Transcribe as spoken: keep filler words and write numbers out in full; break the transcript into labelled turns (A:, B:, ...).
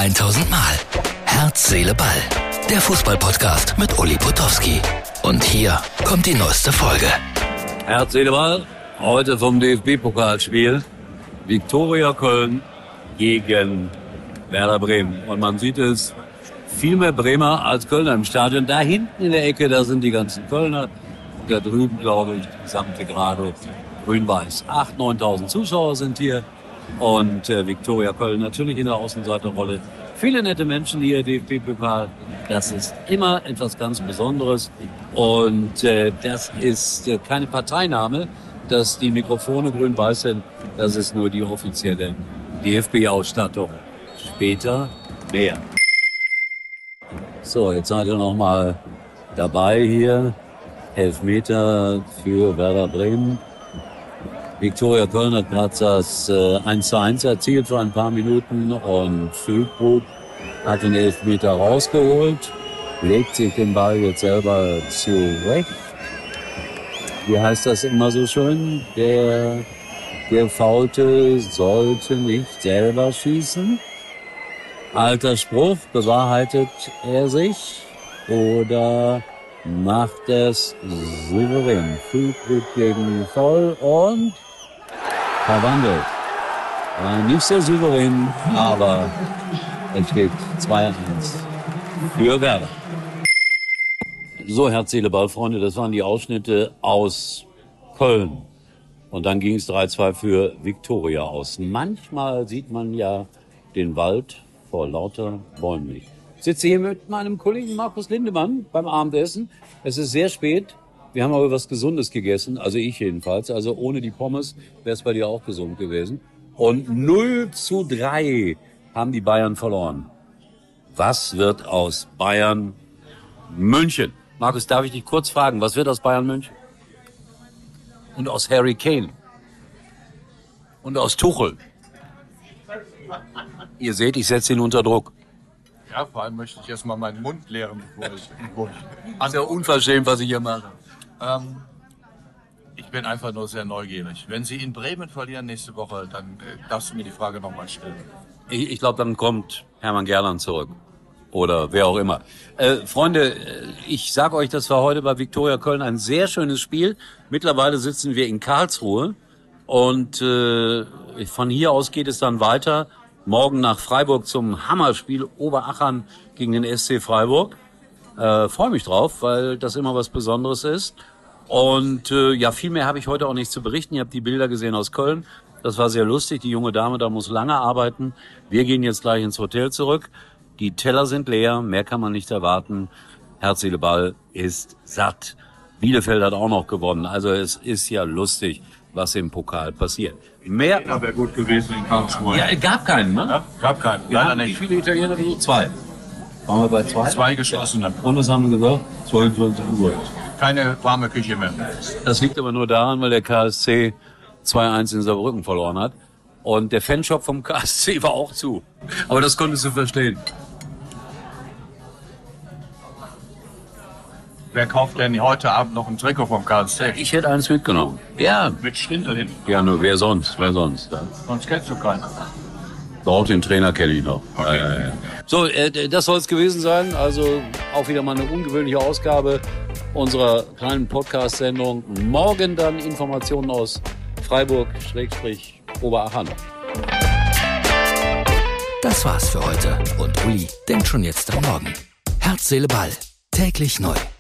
A: tausend Mal. Herz, Seele, Ball. Der Fußball-Podcast mit Uli Potowski. Und hier kommt die neueste Folge.
B: Herz, Seele, Ball. Heute vom D F B-Pokalspiel. Viktoria Köln gegen Werder Bremen. Und man sieht es, viel mehr Bremer als Kölner im Stadion. Da hinten in der Ecke, da sind die ganzen Kölner. Da drüben, glaube ich, die gesamte Gerade grün-weiß. achttausend, neuntausend Zuschauer sind hier. Und äh, Viktoria Köln natürlich in der Außenseiterrolle. Viele nette Menschen hier, D F B-Pokal. Das ist immer etwas ganz Besonderes. Und äh, das ist äh, keine Parteinahme, dass die Mikrofone grün-weiß sind. Das ist nur die offizielle D F B-Ausstattung. Später mehr. So, jetzt seid ihr noch mal dabei hier. Elfmeter für Werder Bremen. Viktoria Köln hat gerade das äh, eins zu eins erzielt vor ein paar Minuten und Füllkrug hat den Elfmeter rausgeholt, legt sich den Ball jetzt selber zurecht. Wie heißt das immer so schön? Der Gefaulte sollte nicht selber schießen. Alter Spruch, bewahrheitet er sich oder macht es souverän? Füllkrug gegen Voll und verwandelt. Äh, nicht so souverän, aber es steht zwei eins für Werder. So, Herz, Seele, Ball, Freunde, das waren die Ausschnitte aus Köln. Und dann ging es drei zwei für Viktoria aus. Manchmal sieht man ja den Wald vor lauter Bäumen nicht. Ich sitze hier mit meinem Kollegen Markus Lindemann beim Abendessen. Es ist sehr spät. Wir haben aber was Gesundes gegessen, also ich jedenfalls. Also ohne die Pommes wäre es bei dir auch gesund gewesen. Und null zu drei haben die Bayern verloren. Was wird aus Bayern München? Markus, darf ich dich kurz fragen, was wird aus Bayern München? Und aus Harry Kane? Und aus Tuchel? Ihr seht, ich setze ihn unter Druck.
C: Ja, vor allem möchte ich erstmal meinen Mund leeren, bevor ich... Bevor ich
B: das ist ja unverschämt, was ich hier mache.
C: Ähm, ich bin einfach nur sehr neugierig. Wenn Sie in Bremen verlieren nächste Woche, dann äh, darfst du mir die Frage nochmal stellen.
B: Ich, ich glaube, dann kommt Hermann Gerland zurück. Oder wer auch immer. Äh, Freunde, ich sage euch, das war heute bei Viktoria Köln ein sehr schönes Spiel. Mittlerweile sitzen wir in Karlsruhe. Und äh, von hier aus geht es dann weiter. Morgen nach Freiburg zum Hammerspiel Oberachern gegen den S C Freiburg. Äh, freue mich drauf, weil das immer was Besonderes ist. Und äh, ja, viel mehr habe ich heute auch nicht zu berichten. Ihr habt die Bilder gesehen aus Köln. Das war sehr lustig. Die junge Dame da muss lange arbeiten. Wir gehen jetzt gleich ins Hotel zurück. Die Teller sind leer. Mehr kann man nicht erwarten. Herz, Seele, Ball ist satt. Bielefeld hat auch noch gewonnen. Also es ist ja lustig, was im Pokal passiert. Mehr.
C: Ja, wäre gut gewesen in Karlsruhe.
B: Ja, es gab keinen, ne?
C: Ja, gab keinen.
B: Wir
C: Leider
B: haben
C: nicht.
B: nicht viele Italiener gesucht. Zwei. Waren wir bei zwei?
C: Zwei geschlossene.
B: Und was haben wir gesagt? zwölf Uhr.
C: Keine warme Küche mehr.
B: Das liegt aber nur daran, weil der K S C zwei eins in Saarbrücken verloren hat. Und der Fanshop vom K S C war auch zu. Aber das konntest du verstehen.
C: Wer kauft denn heute Abend noch ein Trikot vom K S C?
B: Ich hätte eins mitgenommen. Ja.
C: Mit Stindl hinten.
B: Ja, nur wer sonst? Wer sonst? Ja.
C: Sonst kennst du keinen.
B: Doch, den Trainer kenne ich noch.
C: Okay.
B: Ja, ja, ja. So, äh, das soll es gewesen sein. Also auch wieder mal eine ungewöhnliche Ausgabe unserer kleinen Podcast-Sendung. Morgen dann Informationen aus Freiburg, Schrägstrich, Oberachern.
A: Das war's für heute. Und Uli denkt schon jetzt am Morgen. Herz, Seele, Ball. Täglich neu.